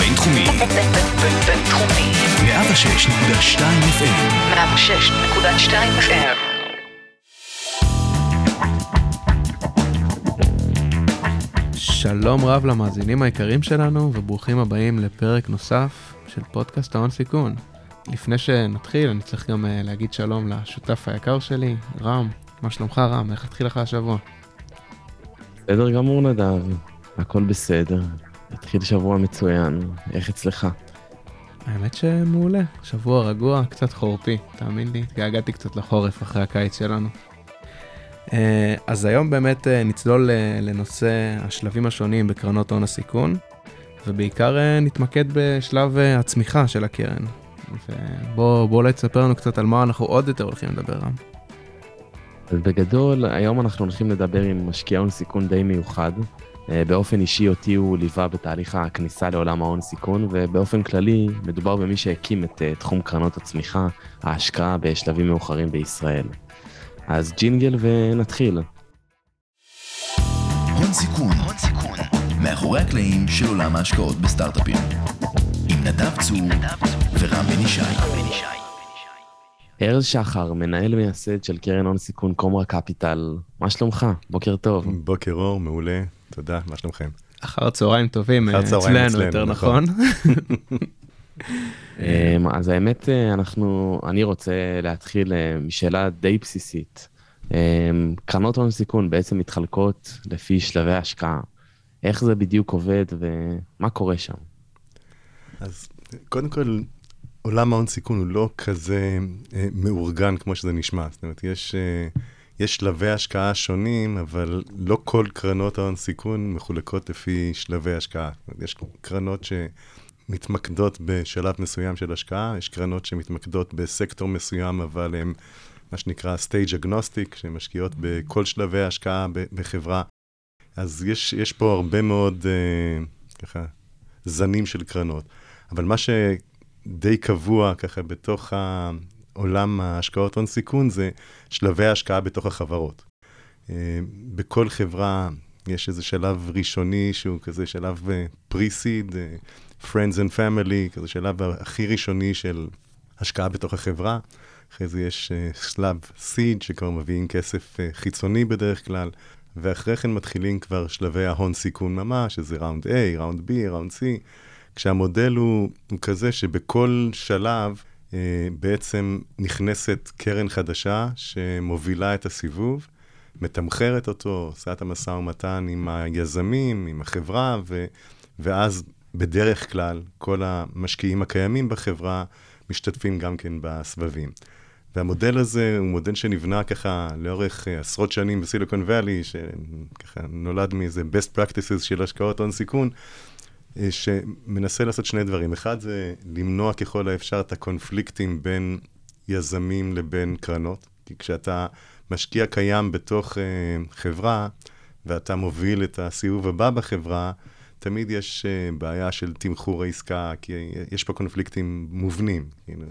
בינתחומי. בינתחומי. 106.2 FM. 106.2 FM. שלום רב למאזינים היקרים שלנו, וברוכים הבאים לפרק נוסף של פודקאסט ההון סיכון. לפני שנתחיל, אני צריך גם להגיד שלום לשותף היקר שלי, רם. מה שלומך, רם? איך התחיל לך השבוע? בסדר גמור נדב, הכל בסדר. התחיל שבוע מצוין, איך אצלך? האמת שמעולה, שבוע רגוע, קצת חורפי, תאמין לי, התגעגעתי קצת לחורף אחרי הקיץ שלנו. אז היום באמת נצלול לנושא השלבים השונים בקרנות הון הסיכון, ובעיקר נתמקד בשלב הצמיחה של הקרן. ובוא אולי תספר לנו קצת על מה אנחנו עוד יותר הולכים לדבר, רם. אז בגדול, היום אנחנו הולכים לדבר עם משקיע הון סיכון די מיוחד. באופן אישי אותי הוא ליווה בתהליך הכניסה לעולם ההון סיכון, ובאופן כללי מדובר במי שהקים את תחום קרנות הצמיחה, ההשקעה בשלבים מאוחרים בישראל. אז ג'ינגל ונתחיל. הון סיכון, מאחורי הקלעים של עולם ההשקעות בסטארט-אפים. עם נדב צור ורם בן ישי. ארז שחר, מנהל מייסד של קרן הון סיכון קומרה קפיטל. מה שלומך? בוקר טוב. בוקר אור, מעולה. תודה, מה שלומכם? אחר צהריים טובים, אצלנו יותר נכון. אז האמת, אני רוצה להתחיל משאלה די בסיסית. קרנות הון סיכון בעצם מתחלקות לפי שלבי השקעה. איך זה בדיוק עובד ומה קורה שם? אז קודם כל, עולם ההון סיכון הוא לא כזה מאורגן כמו שזה נשמע. זאת אומרת, יש שלבי השקעה שונים, אבל לא כל קרנות ההון סיכון מחולקות לפי שלבי השקעה. יש קרנות מתמקדות בשלב מסוים של השקעה, יש קרנות שמתמקדות בסקטור מסוים, אבל הן מה שנקרא stage agnostic, שמשקיעות בכל שלבי ההשקעה בחברה. אז יש פה הרבה מאוד ככה זנים של קרנות. אבל מה שדי קבוע ככה בתוך העולם ההשקעות הון סיכון זה שלבי ההשקעה בתוך החברות. בכל חברה יש איזה שלב ראשוני שהוא כזה שלב pre-seed, friends and family, כזה שלב הכי ראשוני של השקעה בתוך החברה. אחרי זה יש שלב seed שכבר מביאים כסף חיצוני בדרך כלל, ואחרי כן מתחילים כבר שלבי ההון סיכון ממש, שזה ראונד A, ראונד B, ראונד C, כשהמודל הוא כזה שבכל שלב בעצם נכנסת קרן חדשה שמובילה את הסיבוב, מתמחרת אותו, עושה את המשא ומתן עם היזמים, עם החברה, ואז בדרך כלל כל המשקיעים הקיימים בחברה משתתפים גם כן בסבבים. והמודל הזה הוא מודל שנבנה ככה לאורך עשרות שנים בסיליקון ואלי, שככה נולד מאיזה best practices של השקעות הון סיכון, שמנסה לעשות שני דברים. אחד זה למנוע ככל האפשר את הקונפליקטים בין יזמים לבין קרנות, כי כשאתה משקיע קיים בתוך חברה, ואתה מוביל את הסיבוב הבא בחברה, תמיד יש בעיה של תמחור העסקה, כי יש פה קונפליקטים מובנים.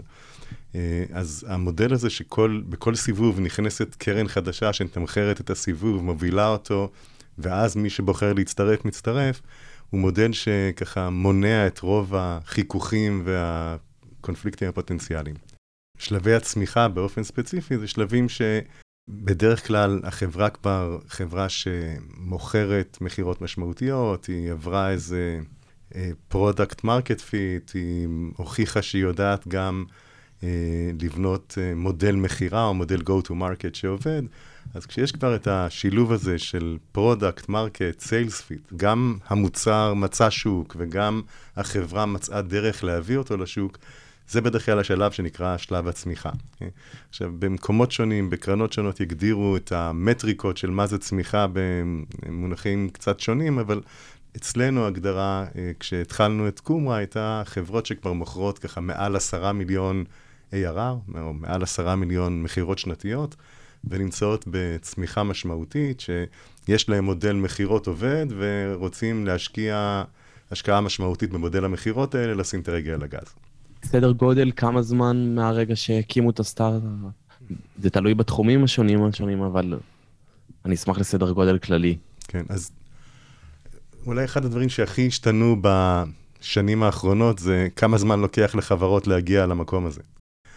אז המודל הזה שבכל סיבוב נכנסת קרן חדשה שמתמחרת את הסיבוב, מובילה אותו, ואז מי שבוחר להצטרף, מצטרף, הוא מודל שככה מונע את רוב החיכוכים והקונפליקטים הפוטנציאליים. שלבי הצמיחה באופן ספציפי זה שלבים שבדרך כלל החברה כבר חברה שמוכרת מחירות משמעותיות, היא עברה איזה product market fit, היא הוכיחה שהיא יודעת גם לבנות מודל מחירה או מודל go to market שעובד. אז כשיש כבר את השילוב הזה של product, market, sales fit, גם המוצר מצא שוק וגם החברה מצאה דרך להביא אותו לשוק, זה בדרך כלל השלב שנקרא שלב הצמיחה. עכשיו, במקומות שונים, בקרנות שונות יגדירו את המטריקות של מה זה צמיחה במונחים קצת שונים, אבל אצלנו הגדרה, כשהתחלנו את קומרה, הייתה חברות שכבר מוכרות ככה מעל 10 מיליון ARR, או מעל 10 מיליון מחירות שנתיות, ונמצאות בצמיחה משמעותית, שיש להם מודל מחירות עובד, ורוצים להשקיע השקעה משמעותית במודל המחירות האלה, לשים את הרגל על הגז. סדר גודל, כמה זמן מהרגע שהקימו את הסטארט? זה תלוי בתחומים השונים, אבל אני אשמח לסדר גודל כללי. כן, אז אולי אחד הדברים שהכי השתנו בשנים האחרונות זה כמה זמן לוקח לחברות להגיע למקום הזה.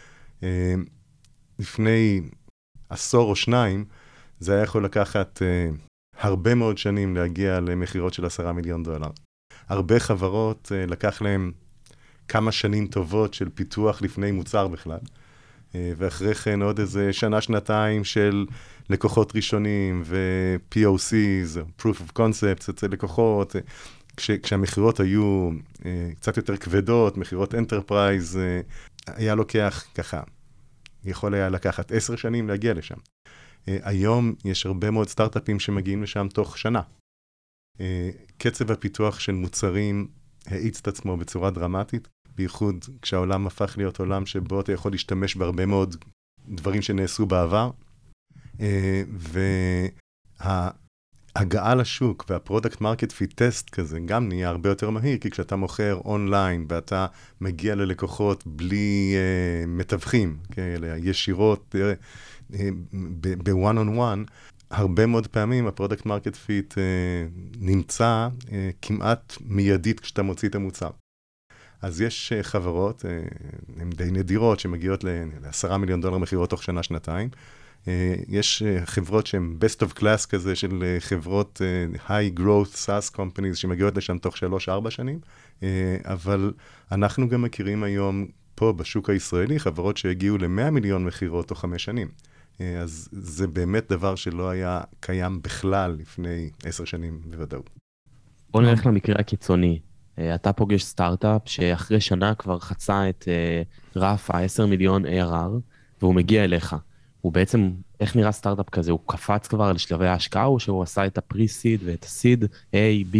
לפני עשור או שניים, זה היה יכול לקחת הרבה מאוד שנים להגיע למחירות של $10 מיליון. הרבה חברות לקח להם כמה שנים טובות של פיתוח לפני מוצר בכלל, ואחרי כן עוד איזה שנה, שנתיים של לקוחות ראשונים ו-POCs, Proof of Concepts אצל לקוחות, כשהמחירות היו קצת יותר כבדות, מחירות Enterprise, היה לוקח ככה, יכול היה לקחת 10 שנים להגיע לשם. היום יש הרבה מאוד סטארט-אפים שמגיעים לשם תוך שנה. קצב הפיתוח של מוצרים האיץ את עצמו בצורה דרמטית, בייחוד כשהעולם הפך להיות עולם שבו אתה יכול להשתמש בהרבה מאוד דברים שנעשו בעבר, וההגעה לשוק והפרודקט מרקט פיט טסט כזה גם נהיה הרבה יותר מהיר, כי כשאתה מוכר אונליין ואתה מגיע ללקוחות בלי מתווכים, ישירות ב-one on one, הרבה מאוד פעמים הפרודקט מרקט פיט נמצא כמעט מיידית כשאתה מוציא את המוצר. אז יש חברות, הן די נדירות, שמגיעות ל$10 מיליון מחירות תוך שנה, שנתיים. יש חברות שהן best of class כזה, של חברות high growth SaaS companies, שמגיעות לשם תוך 3-4 שנים. אבל אנחנו גם מכירים היום פה בשוק הישראלי, חברות שהגיעו ל$100 מיליון מחירות תוך 5 שנים. אז זה באמת דבר שלא היה קיים בכלל לפני 10 שנים בוודאות. בוא נלך למקרה הקיצוני. אתה פוגש סטארט-אפ שאחרי שנה כבר חצה את רף ה-10 מיליון ARR, והוא מגיע אליך. הוא בעצם, איך נראה סטארט-אפ כזה? הוא קפץ כבר לשלבי ההשקעה, או שהוא עשה את הפרי-סיד ואת הסיד, A, B?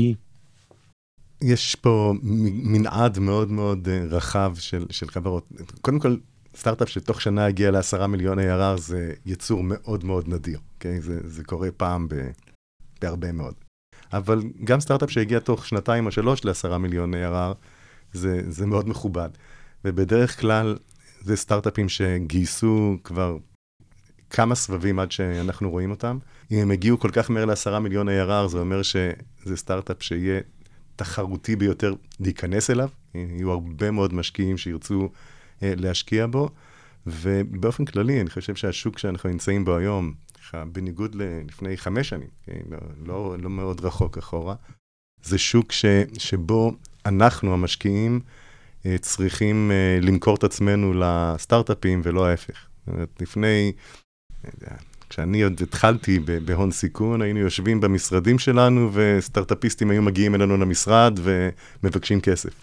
יש פה מנעד מאוד מאוד רחב של חברות. קודם כל, סטארט-אפ שתוך שנה הגיע ל$10 מיליון ARR, זה יצור מאוד מאוד נדיר. Okay? זה קורה פעם בהרבה מאוד. אבל גם סטארט-אפ שהגיע תוך 2 או 3 ל$10 מיליון ARR, זה מאוד מכובד. ובדרך כלל, זה סטארט-אפים שגייסו כבר כמה סבבים עד שאנחנו רואים אותם. אם הם הגיעו כל כך מהר ל$10 מיליון ARR, זה אומר שזה סטארט-אפ שיהיה תחרותי ביותר להיכנס אליו. יהיו הרבה מאוד משקיעים שירצו להשקיע בו, ובאופן כללי, אני חושב שהשוק שאנחנו נמצאים בו היום, בניגוד לפני 5 שנים, לא מאוד רחוק אחורה, זה שוק שבו אנחנו, המשקיעים, צריכים למכור את עצמנו לסטארט-אפים ולא ההפך. לפני, כשאני עוד התחלתי בהון סיכון, היינו יושבים במשרדים שלנו, וסטארט-אפיסטים היו מגיעים אלינו למשרד ומבקשים כסף.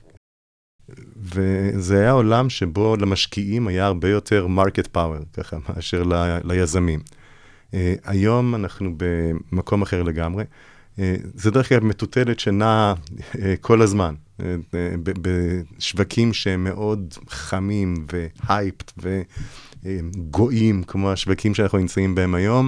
וזה היה עולם שבו למשקיעים היה הרבה יותר market power, ככה, מאשר ליזמים. היום אנחנו במקום אחר לגמרי. זה דרך כלל מטוטלת שנעה כל הזמן, בשווקים שהם מאוד חמים והייפט וגויים, כמו השווקים שאנחנו נמצאים בהם היום.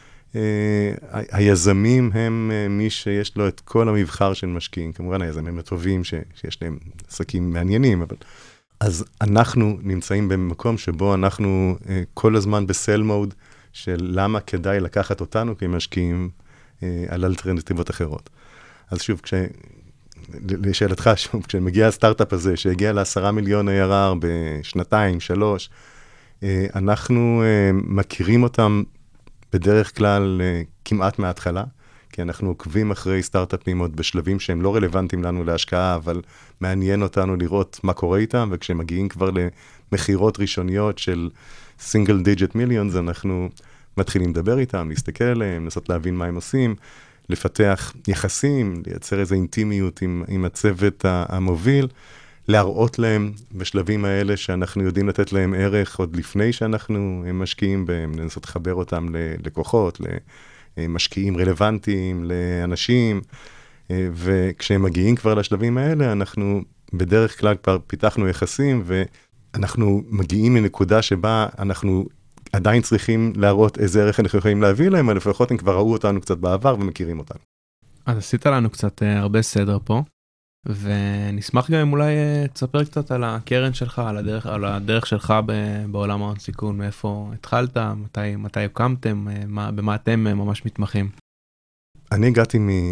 היזמים הם מי שיש לו את כל המבחר של משקיעים, כמובן היזמים הטובים שיש להם עסקים מעניינים, אבל אז אנחנו נמצאים במקום שבו אנחנו כל הזמן בסל מוד, של למה כדאי לקחת אותנו כמשקיעים על אלטרנטיבות אחרות. אז שוב, לשאלתך, שוב, כשמגיע הסטארט-אפ הזה, שהגיע ל$10 מיליון ARR בשנתיים, 3, אנחנו מכירים אותם בדרך כלל כמעט מההתחלה, כי אנחנו עוקבים אחרי סטארט-אפים עוד בשלבים שהם לא רלוונטיים לנו להשקעה, אבל מעניין אותנו לראות מה קורה איתם, וכשהם מגיעים כבר למחירות ראשוניות של single digit millions, אנחנו מתחילים לדבר איתם, להסתכל עליהם, לנסות להבין מה הם עושים, לפתח יחסים, לייצר איזו אינטימיות עם הצוות המוביל, להראות להם בשלבים האלה שאנחנו יודעים לתת להם ערך עוד לפני שאנחנו משקיעים בהם, לנסות לחבר אותם ללקוחות, למשקיעים רלוונטיים, לאנשים, וכשהם מגיעים כבר לשלבים האלה, אנחנו בדרך כלל כבר פיתחנו יחסים, ואנחנו מגיעים לנקודה שבה אנחנו עדיין צריכים להראות איזה ערך אנחנו יכולים להביא להם, אבל לפחות הם כבר ראו אותנו קצת בעבר ומכירים אותנו. אז עשית לנו קצת הרבה סדר פה, ונשמח גם אם אולי תספר קצת על הקרן שלך, על הדרך שלך בעולם ההון סיכון, מאיפה התחלת, מתי הקמתם, במה אתם ממש מתמחים. אני הגעתי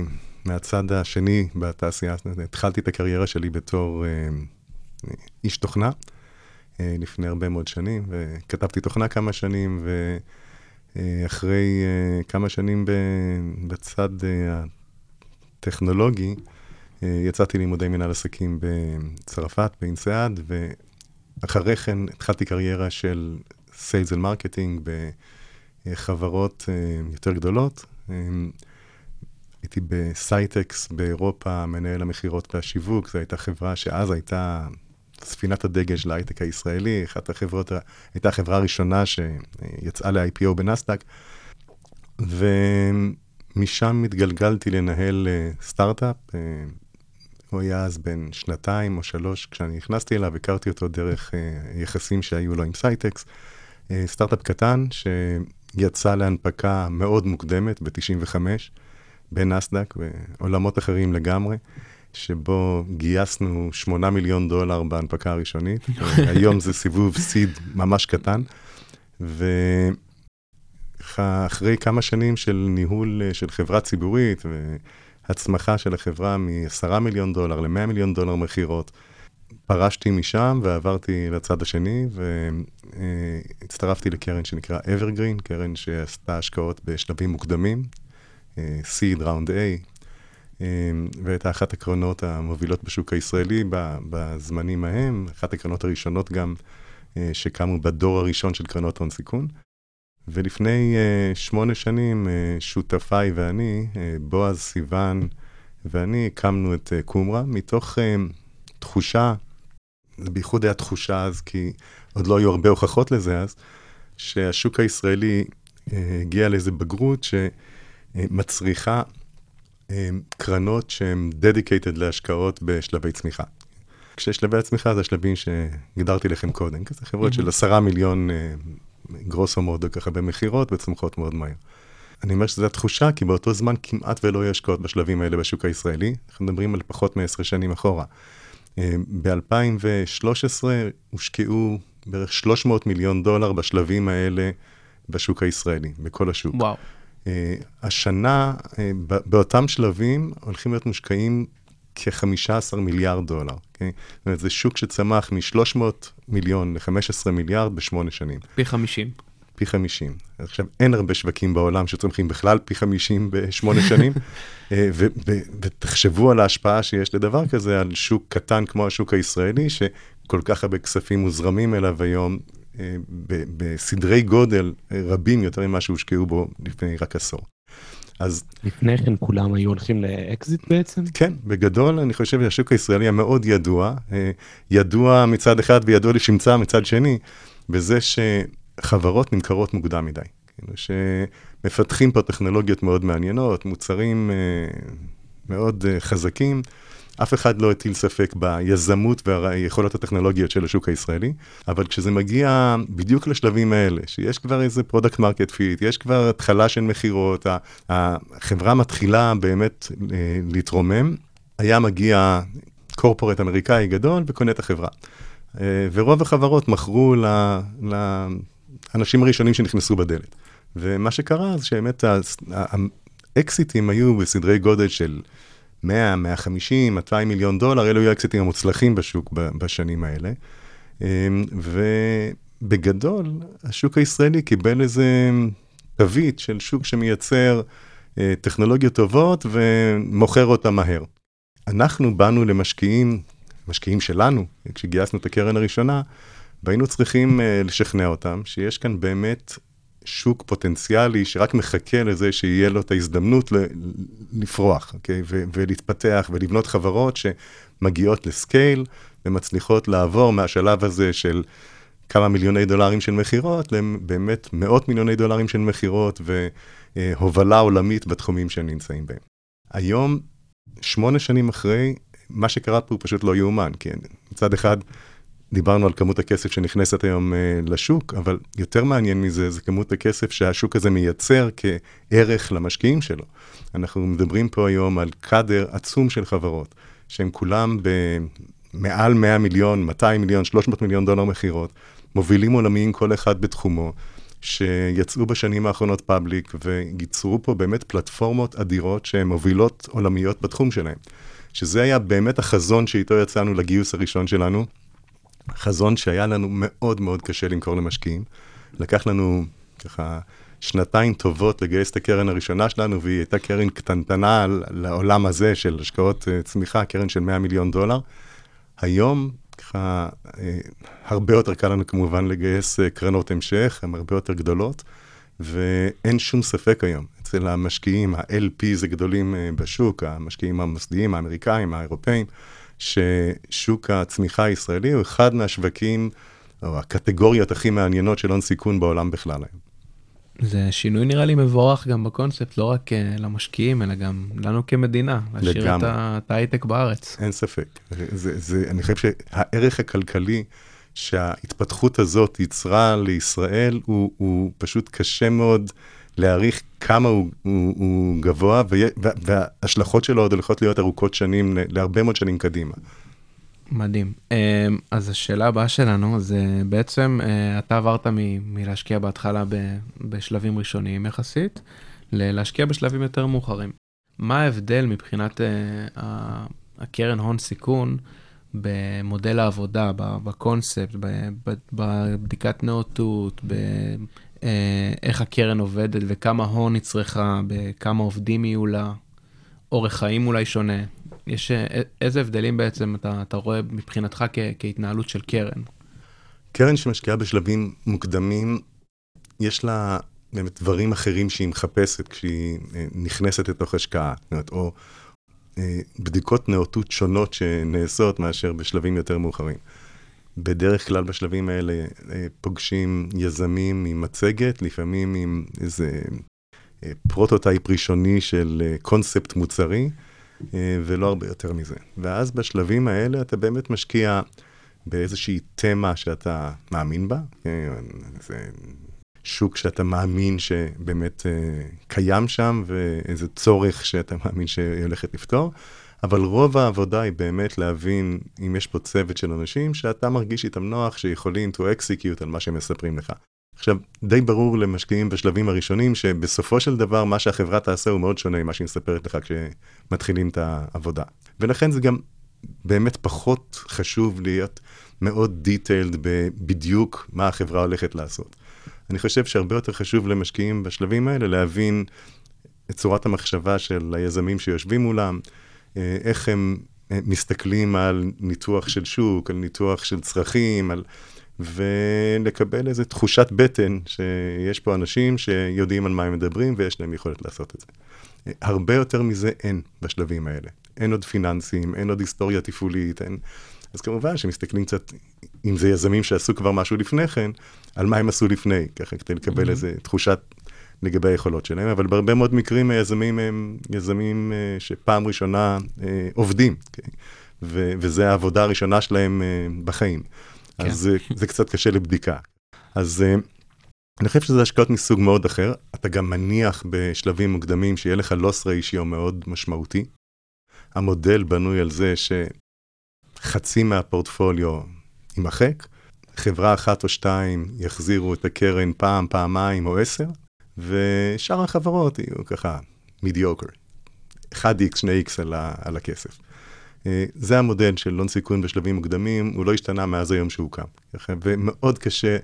מהצד השני בתעשייה. התחלתי את הקריירה שלי בתור איש תוכנה, לפני הרבה מאוד שנים, וכתבתי תוכנה כמה שנים, ואחרי כמה שנים בצד הטכנולוגי, יצאתי לימודי מנהל עסקים בצרפת, באינסאד, ואחרי כן התחלתי קריירה של סיילס ומרקטינג בחברות יותר גדולות. הייתי בסייטקס באירופה, מנהל המחירות והשיווק, זו הייתה חברה שאז הייתה ספינת הדגל של ההייטק הישראלי, אחת החברות, הייתה החברה הראשונה שיצאה ל-IPO בנסדק, ומשם התגלגלתי לנהל סטארט-אפ, הוא היה אז בין 2 או 3, כשאני נכנסתי אליו, הכרתי אותו דרך יחסים שהיו לו עם סייטקס, סטארט-אפ קטן שיצא להנפקה מאוד מוקדמת ב-95, בנסדק ועולמות אחרים לגמרי, שבו גייסנו $8 מיליון בהנפקה הראשונית. היום זה סיבוב סיד ממש קטן, ואחרי כמה שנים של ניהול של חברה ציבורית, והצמחה של החברה $10 מיליון ל$100 מיליון מחירות, פרשתי משם ועברתי לצד השני, והצטרפתי לקרן שנקרא Evergreen, קרן שעשתה השקעות בשלבים מוקדמים, Seed, Round A, והייתה אחת הקרנות המובילות בשוק הישראלי בזמנים ההם, אחת הקרנות הראשונות גם שקמו בדור הראשון של קרנות הון סיכון. ולפני 8 שנים, שותפיי ואני, בועז סיוון ואני, הקמנו את קומרה, מתוך תחושה, זה בייחוד היה תחושה אז, כי עוד לא היו הרבה הוכחות לזה אז, שהשוק הישראלי הגיע לאיזו בגרות שמצריכה קרנות שהן dedicated להשקעות בשלבי צמיחה. כששלבי הצמיחה זה השלבים שגדרתי לכם קודם, כזה חברות של 10 מיליון גרוסו מודו ככה במחירות וצמחות מאוד מהר. אני אומר שזו התחושה, כי באותו זמן כמעט ולא יהיה השקעות בשלבים האלה בשוק הישראלי, אנחנו מדברים על פחות מ-10 שנים אחורה. ב-2013 הושקעו בערך $300 מיליון בשלבים האלה בשוק הישראלי, בכל השוק. וואו. השנה, באותם שלבים, הולכים להיות מושקעים כ-$15 מיליארד. Okay? זאת אומרת, זה שוק שצמח מ-300 מיליון ל-15 מיליארד ב8 שנים. פי 50. פי 50. עכשיו, אין הרבה שווקים בעולם שצומחים בכלל פי 50 ב8 שנים, ותחשבו על ההשפעה שיש לדבר כזה, על שוק קטן כמו השוק הישראלי, שכל כך הרבה כספים מוזרמים אליו היום, בסדרי גודל רבים יותר ממה שהושקעו בו לפני רק עשור. אז לפני כן כולם היו הולכים לאקזיט בעצם? כן, בגדול אני חושב שהשוק הישראלי המאוד ידוע מצד אחד וידוע לשמצה מצד שני, בזה שחברות נמכרות מוקדם מדי. שמפתחים פה טכנולוגיות מאוד מעניינות, מוצרים מאוד חזקים, אף אחד לא הטיל ספק ביזמות והיכולות הטכנולוגיות של השוק הישראלי, אבל כשזה מגיע בדיוק לשלבים האלה, שיש כבר איזה פרודקט מרקט פיט, יש כבר התחלה של מחירות, החברה מתחילה באמת להתרומם, היה מגיע קורפורט אמריקאי גדול וקונה את החברה. ורוב החברות מכרו לאנשים הראשונים שנכנסו בדלת. ומה שקרה זה שבאמת האקסיטים היו בסדרי גודל של 100, 150, 200 מיליון דולר, אלו היו האקסיטים המוצלחים בשוק בשנים האלה. ובגדול, השוק הישראלי קיבל איזה תווית של שוק שמייצר טכנולוגיות טובות ומוכר אותה מהר. אנחנו באנו למשקיעים, משקיעים שלנו, כשגייסנו את הקרן הראשונה, והיינו צריכים לשכנע אותם שיש כאן באמת שוק פוטנציאלי שרק מחכה לזה שיהיה לו את ההזדמנות לפרוח, אוקיי? ולהתפתח ולבנות חברות שמגיעות לסקייל ומצליחות לעבור מהשלב הזה של כמה מיליוני דולרים של מחירות, לבאמת מאות מיליוני דולרים של מחירות והובלה עולמית בתחומים שהם נמצאים בהם. היום, 8 שנים אחרי, מה שקרה פה הוא פשוט לא יאומן, כי מצד אחד דיברנו על כמות הכסף שנכנסת היום לשוק, אבל יותר מעניין מזה, זה כמות הכסף שהשוק הזה מייצר כערך למשקיעים שלו. אנחנו מדברים פה היום על קאדר עצום של חברות, שהם כולם במעל 100 מיליון, 200 מיליון, 300 מיליון דולר מחירות, מובילים עולמיים כל אחד בתחומו, שיצאו בשנים האחרונות פאבליק, וייצרו פה באמת פלטפורמות אדירות שהן מובילות עולמיות בתחום שלהם. שזה היה באמת החזון שאיתו יצאנו לגיוס הראשון שלנו, חזון שהיה לנו מאוד מאוד קשה למכור למשקיעים. לקח לנו ככה 2 טובות לגייס את הקרן הראשונה שלנו, והיא הייתה קרן קטנטנה לעולם הזה של השקעות צמיחה, קרן של $100 מיליון. היום, ככה, הרבה יותר קל לנו כמובן לגייס קרנות המשך, הן הרבה יותר גדולות, ואין שום ספק היום. אצל המשקיעים, ה-LPs הגדולים בשוק, המשקיעים המוסדיים, האמריקאים, האירופאים, ששוק הצמיחה הישראלי הוא אחד מהשווקים, או הקטגוריות הכי מעניינות של הון סיכון בעולם בכלל היום. זה שינוי נראה לי מבורך גם בקונספט, לא רק למשקיעים, אלא גם לנו כמדינה, להשאיר את ההייטק בארץ. אין ספק. אני חושב שהערך הכלכלי שההתפתחות הזאת יצרה לישראל, הוא פשוט קשה מאוד להעריך כמה הוא גבוה, וההשלכות שלו עוד הולכות להיות ארוכות שנים, להרבה מאוד שנים קדימה. מדהים. אז השאלה הבאה שלנו, זה בעצם, אתה עברת מלהשקיע בהתחלה בשלבים ראשוניים יחסית, להשקיע בשלבים יותר מאוחרים. מה ההבדל מבחינת הקרן הון סיכון, במודל העבודה, בקונספט, בבדיקת נאותות, איך הקרן עובדת וכמה הון היא צריכה, בכמה עובדים יהיו לה, אורך חיים אולי שונה. איזה הבדלים בעצם אתה רואה מבחינתך כהתנהלות של קרן? קרן שמשקיעה בשלבים מוקדמים, יש לה באמת דברים אחרים שהיא מחפשת כשהיא נכנסת לתוך השקעה, או בדיקות נאותות שונות שנעשות מאשר בשלבים יותר מאוחרים. בדרך כלל בשלבים האלה פוגשים יזמים עם מצגת, לפעמים עם איזה פרוטוטייפ ראשוני של קונספט מוצרי, ולא הרבה יותר מזה. ואז בשלבים האלה אתה באמת משקיע באיזושהי תמה שאתה מאמין בה, זה שוק שאתה מאמין שבאמת קיים שם, ואיזה צורך שאתה מאמין שהיא הולכת לפתור, אבל רוב העבודה היא באמת להבין אם יש פה צוות של אנשים שאתה מרגיש איתם נוח, שיכולים to execute על מה שהם מספרים לך. עכשיו, די ברור למשקיעים בשלבים הראשונים, שבסופו של דבר מה שהחברה תעשה הוא מאוד שונה ממה שהיא מספרת לך כשמתחילים את העבודה. ולכן זה גם באמת פחות חשוב להיות מאוד detailed בדיוק מה החברה הולכת לעשות. אני חושב שהרבה יותר חשוב למשקיעים בשלבים האלה להבין את צורת המחשבה של היזמים שיושבים מולם, איך הם מסתכלים על ניתוח של שוק, על ניתוח של צרכים, ולקבל איזו תחושת בטן שיש פה אנשים שיודעים על מה הם מדברים ויש להם יכולת לעשות את זה. הרבה יותר מזה אין בשלבים האלה. אין עוד פיננסים, אין עוד היסטוריה תפעולית, אין... אז כמובן שמסתכלים קצת, אם זה יזמים שעשו כבר משהו לפני כן, על מה הם עשו לפני, ככה כדי לקבל איזו תחושת לגבי היכולות שלהם, אבל בהרבה מאוד מקרים היזמים הם יזמים שפעם ראשונה עובדים, וזה העבודה הראשונה שלהם בחיים. אז זה קצת קשה לבדיקה. אז אני חושב שזה השקעות מסוג מאוד אחר. אתה גם מניח בשלבים מוקדמים שיהיה לך loss ratio מאוד משמעותי. המודל בנוי על זה שחצי מהפורטפוליו יימחק, חברה 1 או 2 יחזירו את הקרן פעם, פעמיים או 10, ושאר החברות יהיו ככה mediocre. 1x, 2x על הכסף. זה המודל של הון סיכון בשלבים מוקדמים, הוא לא השתנה מאז היום שהוא קם. ומאוד קשה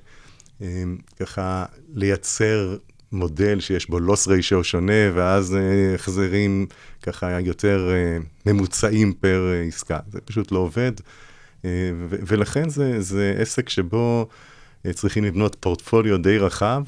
ככה לייצר מודל שיש בו loss ratio שונה, ואז החזרים ככה יותר ממוצעים פר עסקה. זה פשוט לא עובד, ולכן זה עסק שבו צריכים לבנות פורטפוליו די רחב,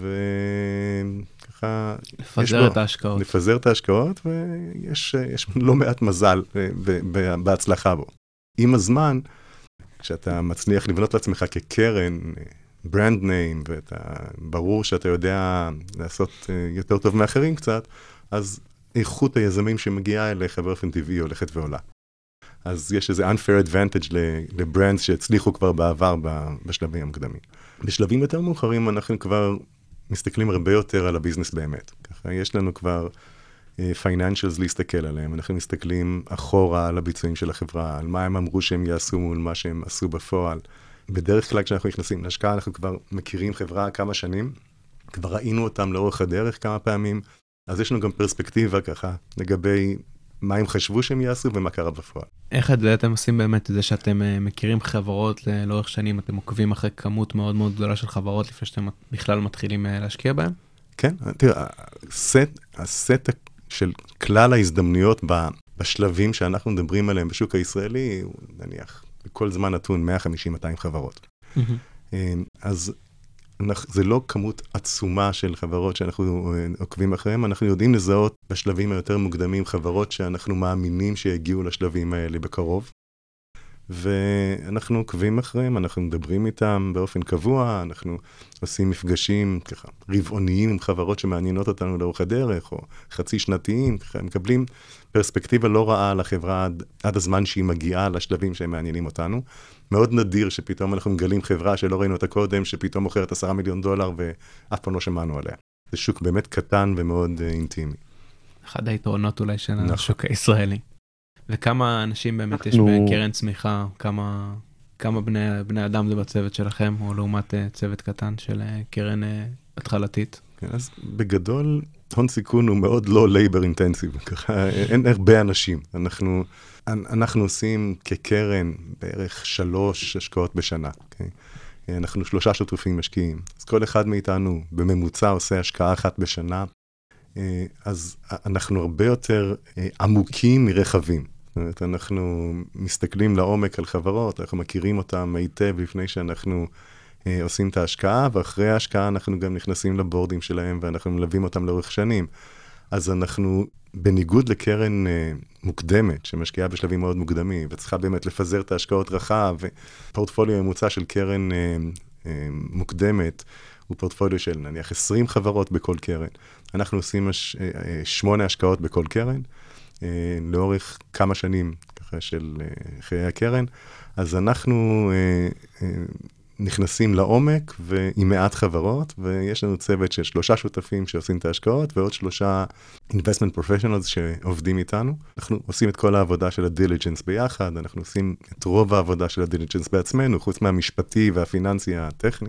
וככה... לפזר את ההשקעות. לפזר את ההשקעות, ויש לא מעט מזל בהצלחה בו. עם הזמן, כשאתה מצליח לבנות לעצמך כקרן, ברנד ניים, וברור שאתה יודע לעשות יותר טוב מאחרים קצת, אז איכות היזמים שמגיעה אליך באופן טבעי הולכת ועולה. אז יש איזה unfair advantage לברנדס שהצליחו כבר בעבר בשלבים המקדמים. בשלבים יותר מאוחרים אנחנו כבר מסתכלים הרבה יותר על הביזנס באמת. ככה יש לנו כבר financials להסתכל עליהם, אנחנו מסתכלים אחורה על הביצועים של החברה, על מה הם אמרו שהם יעשו מול מה שהם עשו בפועל. בדרך כלל כשאנחנו נכנסים להשקעה אנחנו כבר מכירים חברה כמה שנים, כבר ראינו אותם לאורך הדרך כמה פעמים, אז יש לנו גם פרספקטיבה ככה, לגבי מה הם חשבו שהם יעשו ומה קרה בפועל. איך את זה אתם עושים באמת, זה שאתם מכירים חברות לאורך שנים, אתם עוקבים אחרי כמות מאוד מאוד גדולה של חברות, לפני שאתם בכלל מתחילים להשקיע בהם? כן, תראה, הסט של כלל ההזדמנויות בשלבים שאנחנו מדברים עליהם בשוק הישראלי, הוא נניח, בכל זמן נתון 150-200 חברות. אז זה לא כמות עצומה של חברות שאנחנו עוקבים אחריהם, אנחנו יודעים לזהות בשלבים היותר מוקדמים חברות שאנחנו מאמינים שיגיעו לשלבים האלה בקרוב, ואנחנו עוקבים אחריהם, אנחנו מדברים איתם באופן קבוע, אנחנו עושים מפגשים ככה רבעוניים עם חברות שמעניינות אותנו לאורך הדרך, או חצי שנתיים, ככה מקבלים פרספקטיבה לא רעה לחברה עד הזמן שהיא מגיעה לשלבים שהם מעניינים אותנו. מאוד נדיר שפתאום אנחנו מגלים חברה שלא ראינו אותה קודם, שפתאום מוכרת $10 מיליון ואף פעם לא שמענו עליה. זה שוק באמת קטן ומאוד אינטימי. אחד היתרונות אולי של השוק הישראלי. וכמה אנשים באמת יש בקרן צמיחה, כמה בני אדם זה בצוות שלכם, או לעומת צוות קטן של קרן התחלתית? כן, אז בגדול, הון סיכון הוא מאוד לא labor intensive, ככה אין הרבה אנשים. אנחנו עושים כקרן בערך 3 השקעות בשנה. אנחנו 3 שותפים משקיעים. אז כל אחד מאיתנו בממוצע עושה השקעה אחת בשנה, אז אנחנו הרבה יותר עמוקים מרחבים. זאת אומרת, אנחנו מסתכלים לעומק על חברות, אנחנו מכירים אותם היטב לפני שאנחנו עושים את ההשקעה, ואחרי ההשקעה אנחנו גם נכנסים לבורדים שלהם, ואנחנו מלווים אותם לאורך שנים. אז אנחנו, בניגוד לקרן מוקדמת, שמשקיעה בשלבים מאוד מוקדמים, וצריכה באמת לפזר את ההשקעות רחב, ופורטפוליו ממוצע של קרן מוקדמת, הוא פורטפוליו של נניח 20 חברות בכל קרן. אנחנו עושים 8 השקעות בכל קרן, לאורך כמה שנים ככה של חיי הקרן. אז אנחנו נכנסים לעומק ועם מעט חברות, ויש לנו צוות של 3 שותפים שעושים את ההשקעות, ועוד 3 investment professionals שעובדים איתנו. אנחנו עושים את כל העבודה של הדיליג'נס ביחד, אנחנו עושים את רוב העבודה של הדיליג'נס בעצמנו, חוץ מהמשפטי והפיננסי הטכני.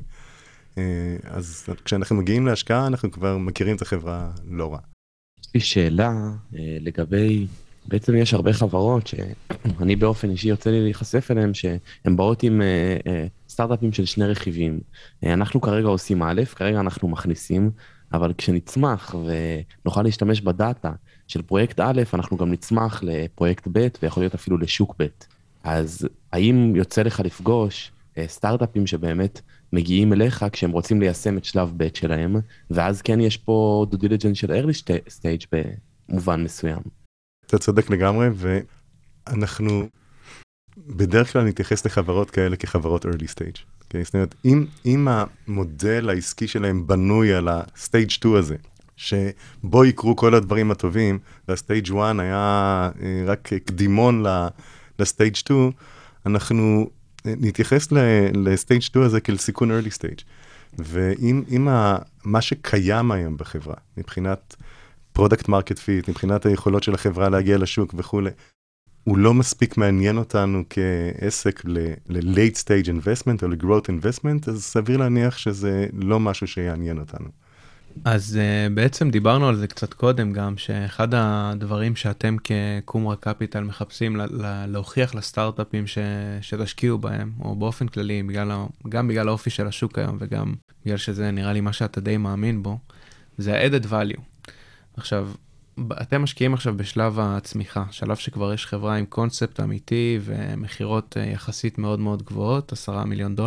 אז כשאנחנו מגיעים להשקעה, אנחנו כבר מכירים את החברה לא רע. יש לי שאלה לגבי, בעצם יש הרבה חברות שאני באופן אישי יוצא לי להיחשף אליהם, שהן באות עם סטארט-אפים של 2 רכיבים. אנחנו כרגע עושים א', כרגע אנחנו מכניסים, אבל כשנצמח ונוכל להשתמש בדאטה של פרויקט א', אנחנו גם נצמח לפרויקט ב', ויכול להיות אפילו לשוק ב'. אז האם יוצא לך לפגוש סטארט-אפים שבאמת מגיעים אליך כשהם רוצים ליישם את שלב ב' שלהם, ואז כן יש פה due diligence של early stage במובן מסוים. אתה צודק לגמרי, ואנחנו בדרך כלל נתייחס לחברות כאלה כחברות early stage. Okay? זאת אומרת, אם המודל העסקי שלהם בנוי על ה-stage 2 הזה, שבו יקרו כל הדברים הטובים, וה-stage 1 היה רק קדימון ל-stage 2, אנחנו נתייחס ל-stage 2 הזה כאל סיכון early stage. ואם מה שקיים היום בחברה, מבחינת product market fit, מבחינת היכולות של החברה להגיע לשוק וכו', הוא לא מספיק מעניין אותנו כעסק ל-late stage investment או ל-growth investment, אז סביר להניח שזה לא משהו שיעניין אותנו. אז בעצם דיברנו על זה קצת קודם גם, שאחד הדברים שאתם כקומרה קפיטל מחפשים להוכיח לסטארט-אפים שתשקיעו בהם, או באופן כללי, גם בגלל האופי של השוק היום, וגם בגלל שזה נראה לי מה שאתה די מאמין בו, זה ה-added value. עכשיו, אתם משקיעים עכשיו בשלב הצמיחה, שלב שכבר יש חברה עם קונספט אמיתי, ומחירות יחסית מאוד מאוד גבוהות, $10 מיליון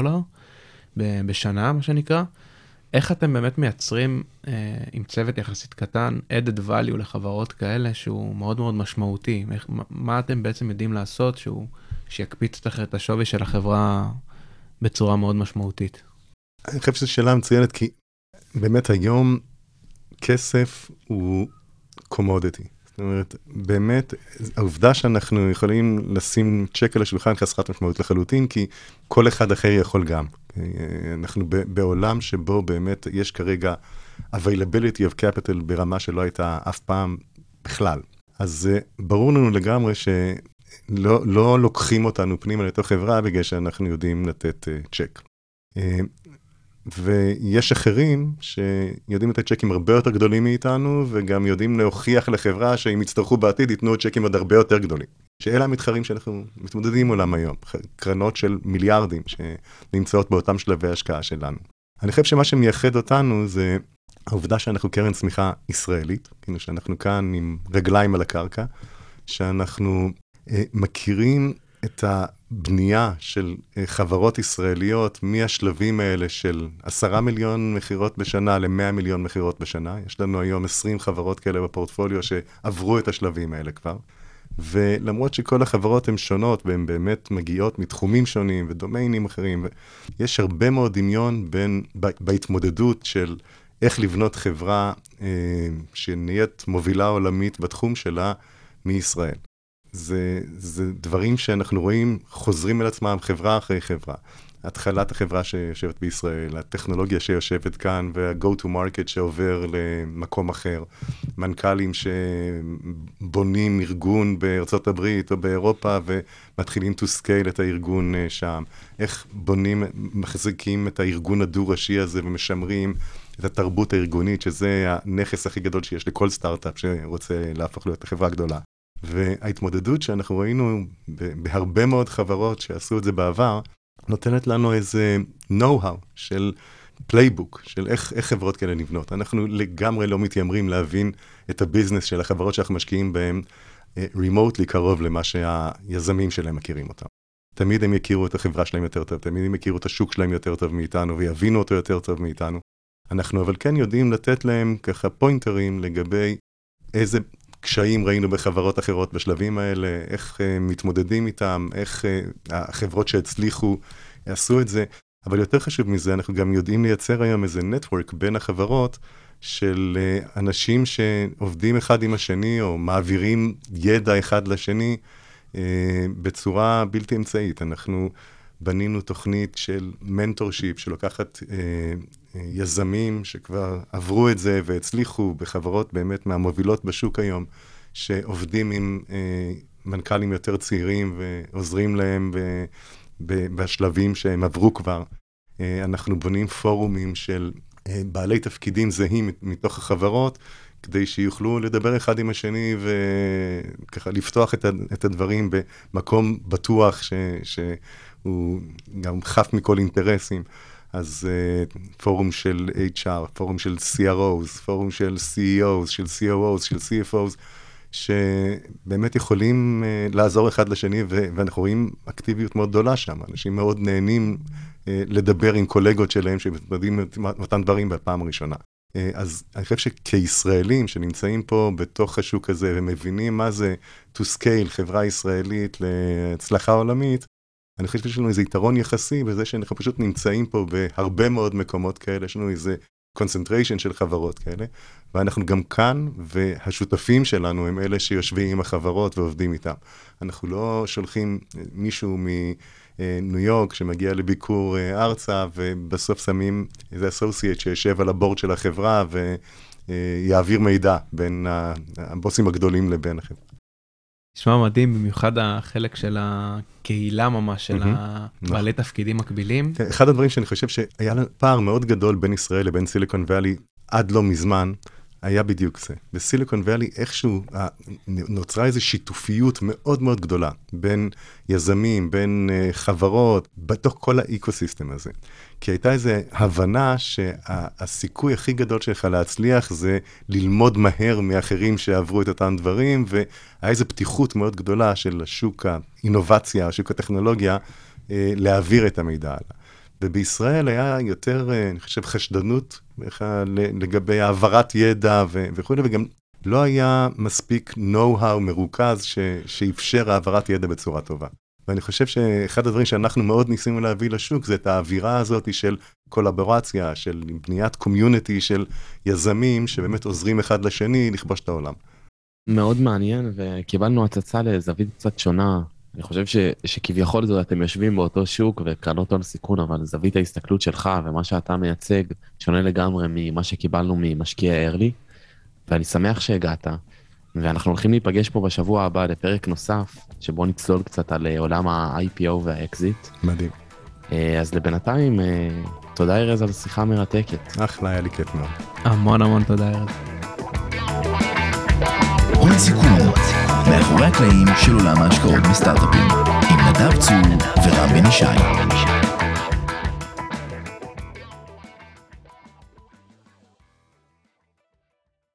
בשנה, מה שנקרא. איך אתם באמת מייצרים עם צוות יחסית קטן, added value לחברות כאלה, שהוא מאוד מאוד משמעותי? מה אתם בעצם יודעים לעשות שיקפיץ את השווי של החברה בצורה מאוד משמעותית? אני חושב שזו שאלה מצוינת, כי באמת היום כסף הוא commodity. זאת אומרת, באמת, העובדה שאנחנו יכולים לשים צ'ק על השולחן חסרת משמעות לחלוטין, כי כל אחד אחר יכול גם. אנחנו בעולם שבו באמת יש כרגע availability of capital ברמה שלא הייתה אף פעם בכלל. אז ברור לנו לגמרי שלא לוקחים אותנו פנימה לתוך חברה בגלל שאנחנו יודעים לתת צ'ק. ויש אחרים שיודעים לתת צ'קים הרבה יותר גדולים מאיתנו, וגם יודעים להוכיח לחברה שאם יצטרכו בעתיד, ייתנו צ'קים עוד הרבה יותר גדולים. שאלה המתחרים שאנחנו מתמודדים מולם היום, קרנות של מיליארדים שנמצאות באותם שלבי השקעה שלנו. אני חושב שמה שמייחד אותנו זה העובדה שאנחנו קרן צמיחה ישראלית, כאילו שאנחנו כאן עם רגליים על הקרקע, שאנחנו מכירים את הבנייה של חברות ישראליות מהשלבים האלה של 10 מיליון מחירות בשנה ל-100 מיליון מחירות בשנה. יש לנו היום 20 חברות כאלה בפורטפוליו שעברו את השלבים האלה כבר. ולמרות שכל החברות הן שונות והן באמת מגיעות מתחומים שונים ודומיינים אחרים, יש הרבה מאוד דמיון בהתמודדות של איך לבנות חברה שנהיית מובילה עולמית בתחום שלה מישראל. זה דברים שאנחנו רואים חוזרים על עצמם חברה אחרי חברה. התחלת החברה שיושבת בישראל, הטכנולוגיה שיושבת כאן וה-go to market שעובר למקום אחר, מנכ"לים שבונים ארגון בארצות הברית או באירופה ומתחילים to scale את הארגון שם. איך בונים, מחזיקים את הארגון הדו-ראשי הזה ומשמרים את התרבות הארגונית, שזה הנכס הכי גדול שיש לכל סטארט-אפ שרוצה להפוך להיות חברה גדולה. וההתמודדות שאנחנו ראינו בהרבה מאוד חברות שעשו את זה בעבר, נותנת לנו איזה know-how של פלייבוק, של איך חברות כאלה נבנות. אנחנו לגמרי לא מתיימרים להבין את הביזנס של החברות שאנחנו משקיעים בהן remotely קרוב למה שהיזמים שלהם מכירים אותם. תמיד הם יכירו את החברה שלהם יותר טוב, תמיד הם יכירו את השוק שלהם יותר טוב מאיתנו, ויבינו אותו יותר טוב מאיתנו. אנחנו אבל כן יודעים לתת להם ככה פוינטרים לגבי איזה קשיים ראינו בחברות אחרות בשלבים האלה, איך מתמודדים איתם, איך החברות שהצליחו עשו את זה. אבל יותר חשוב מזה, אנחנו גם יודעים לייצר היום איזה נטוורק בין החברות של אנשים שעובדים אחד עם השני, או מעבירים ידע אחד לשני בצורה בלתי אמצעית. אנחנו בנינו תוכנית של מנטורשיפ שלוקחת יזמים שכבר עברו את זה והצליחו בחברות באמת מהמובילות בשוק היום, שעובדים עם מנכ"לים יותר צעירים ועוזרים להם בשלבים שהם עברו כבר. אנחנו בונים פורומים של בעלי תפקידים זהים מתוך החברות, כדי שיוכלו לדבר אחד עם השני וככה לפתוח את הדברים במקום בטוח שהוא גם חף מכל אינטרסים. אז פורום של HR, פורום של CROs, פורום של CEOs, של COOs, של CFOs, שבאמת יכולים לעזור אחד לשני, ואנחנו רואים אקטיביות מאוד גדולה שם. אנשים מאוד נהנים לדבר עם קולגות שלהם שמתמודדים אותם דברים בפעם הראשונה. אז אני חושב שכישראלים שנמצאים פה בתוך השוק הזה ומבינים מה זה to scale חברה ישראלית להצלחה עולמית, אני חושב שיש לנו איזה יתרון יחסי בזה שאנחנו פשוט נמצאים פה בהרבה מאוד מקומות כאלה, יש לנו איזה concentration של חברות כאלה, ואנחנו גם כאן, והשותפים שלנו הם אלה שיושבים עם החברות ועובדים איתם. אנחנו לא שולחים מישהו מניו יורק שמגיע לביקור ארצה, ובסוף שמים איזה אסוסייט שישב על הבורד של החברה, ויעביר מידע בין הבוסים הגדולים לבין החברה. נשמע מדהים, במיוחד החלק של הקהילה ממש, של בעלי תפקידים מקבילים. אחד הדברים שאני חושב שהיה פער מאוד גדול בין ישראל לבין סיליקון ואלי עד לא מזמן, היה בדיוק זה. בסיליקון ואלי איכשהו נוצרה איזו שיתופיות מאוד מאוד גדולה, בין יזמים, בין חברות, בתוך כל האקוסיסטם הזה. כי הייתה איזו הבנה שהסיכוי הכי גדול שלך להצליח זה ללמוד מהר מאחרים שעברו את אותם דברים, והיה איזו פתיחות מאוד גדולה של השוק האינובציה, השוק הטכנולוגיה, להעביר את המידע עליו. ובישראל היה יותר, אני חושב, חשדנות לגבי העברת ידע וכו', וגם לא היה מספיק know-how מרוכז שאפשר העברת ידע בצורה טובה. ואני חושב שאחד הדברים שאנחנו מאוד ניסינו להביא לשוק, זה את האווירה הזאת של קולברציה, של בניית קומיוניטי של יזמים, שבאמת עוזרים אחד לשני לכבוש את העולם. מאוד מעניין, וקיבלנו הצצה לזווית קצת שונה. אני חושב שכביכול זאת אתם יושבים באותו שוק וקרנות הון סיכון, אבל זווית ההסתכלות שלך ומה שאתה מייצג שונה לגמרי ממה שקיבלנו ממשקיעי ארלי, ואני שמח שהגעת, ואנחנו הולכים להיפגש פה בשבוע הבא לפרק נוסף, שבו נצלול קצת על עולם ה-IPO וה-Exit. מדהים. אז לבינתיים, תודה ארז על השיחה המרתקת. אחלה, היה לי כיף מאוד. המון תודה ארז. הון סיכון, מאחורי הקלעים של עולם ההשקעות בסטארט-אפים, עם נדב צור ורם בן ישי.